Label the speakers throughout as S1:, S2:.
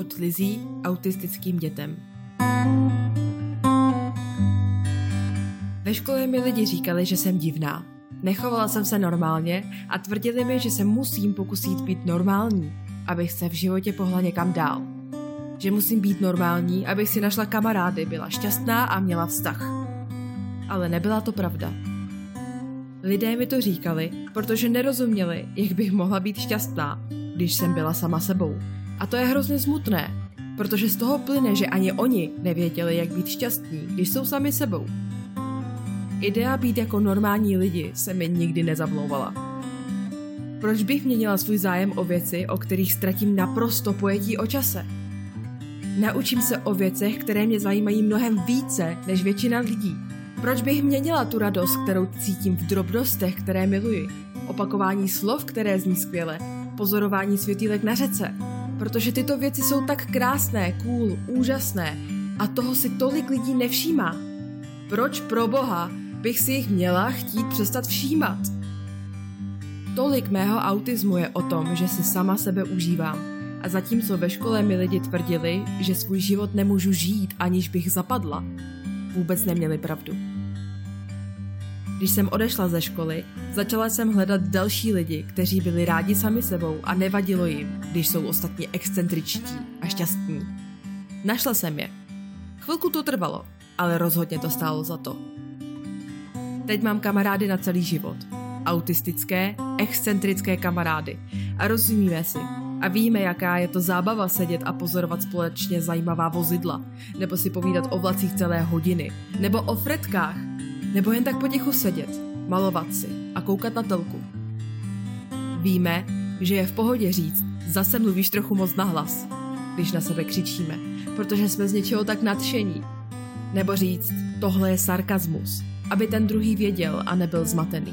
S1: od Lizzy autistickým dětem. Ve škole mi lidi říkali, že jsem divná. Nechovala jsem se normálně a tvrdili mi, že se musím pokusit být normální, abych se v životě pohnula někam dál. Že musím být normální, abych si našla kamarády, byla šťastná a měla vztah. Ale nebyla to pravda. Lidé mi to říkali, protože nerozuměli, jak bych mohla být šťastná, když jsem byla sama sebou. A to je hrozně smutné, protože z toho plyne, že ani oni nevěděli, jak být šťastní, když jsou sami sebou. Idea být jako normální lidi se mi nikdy nezamlouvala. Proč bych měnila svůj zájem o věci, o kterých ztratím naprosto pojetí o čase? Naučím se o věcech, které mě zajímají mnohem více než většina lidí. Proč bych měnila tu radost, kterou cítím v drobnostech, které miluji? Opakování slov, které zní skvěle, pozorování světýlek na řece. Protože tyto věci jsou tak krásné, cool, úžasné a toho si tolik lidí nevšímá. Proč pro boha bych si jich měla chtít přestat všímat? Tolik mého autismu je o tom, že si sama sebe užívám. A zatímco ve škole mi lidi tvrdili, že svůj život nemůžu žít, aniž bych zapadla, vůbec neměli pravdu. Když jsem odešla ze školy, začala jsem hledat další lidi, kteří byli rádi sami sebou a nevadilo jim, když jsou ostatní excentričtí a šťastní. Našla jsem je. Chvilku to trvalo, ale rozhodně to stálo za to. Teď mám kamarády na celý život. Autistické, excentrické kamarády. A rozumíme si. A víme, jaká je to zábava sedět a pozorovat společně zajímavá vozidla. Nebo si povídat o vlacích celé hodiny. Nebo o fretkách. Nebo jen tak potichu sedět, malovat si a koukat na telku. Víme, že je v pohodě říct, zase mluvíš trochu moc nahlas, když na sebe křičíme, protože jsme z něčeho tak nadšení. Nebo říct, tohle je sarkazmus, aby ten druhý věděl a nebyl zmatený.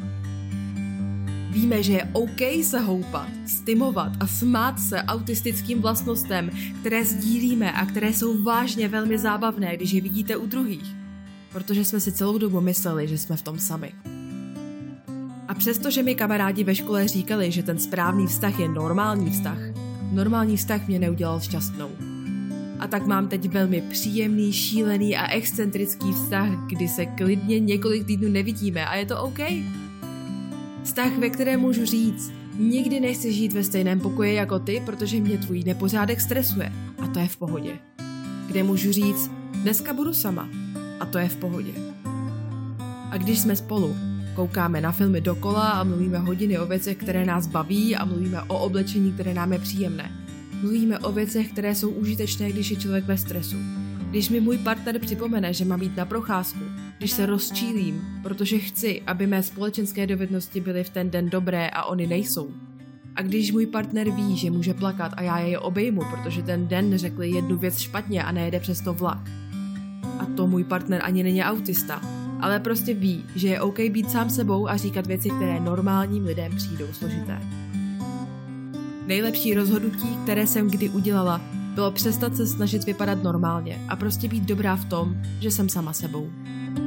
S1: Víme, že je OK se houpat, stimovat a smát se autistickým vlastnostem, které sdílíme a které jsou vážně velmi zábavné, když je vidíte u druhých. Protože jsme si celou dobu mysleli, že jsme v tom sami. A přestože mi kamarádi ve škole říkali, že ten správný vztah je normální vztah mě neudělal šťastnou. A tak mám teď velmi příjemný, šílený a excentrický vztah, kdy se klidně několik týdnů nevidíme a je to OK. Vztah, ve kterém můžu říct, nikdy nechci žít ve stejném pokoji jako ty, protože mě tvůj nepořádek stresuje. A to je v pohodě. Kde můžu říct, dneska budu sama. A to je v pohodě. A když jsme spolu, koukáme na filmy dokola a mluvíme hodiny o věcech, které nás baví a mluvíme o oblečení, které nám je příjemné. Mluvíme o věcech, které jsou užitečné, když je člověk ve stresu. Když mi můj partner připomene, že mám jít na procházku, když se rozčílím, protože chci, aby mé společenské dovednosti byly v ten den dobré a oni nejsou. A když můj partner ví, že může plakat a já jej obejmu, protože ten den řekli jednu věc špatně a nejede přesto vlak. A to můj partner ani není autista, ale prostě ví, že je OK být sám sebou a říkat věci, které normálním lidem přijdou složité. Nejlepší rozhodnutí, které jsem kdy udělala, bylo přestat se snažit vypadat normálně a prostě být dobrá v tom, že jsem sama sebou.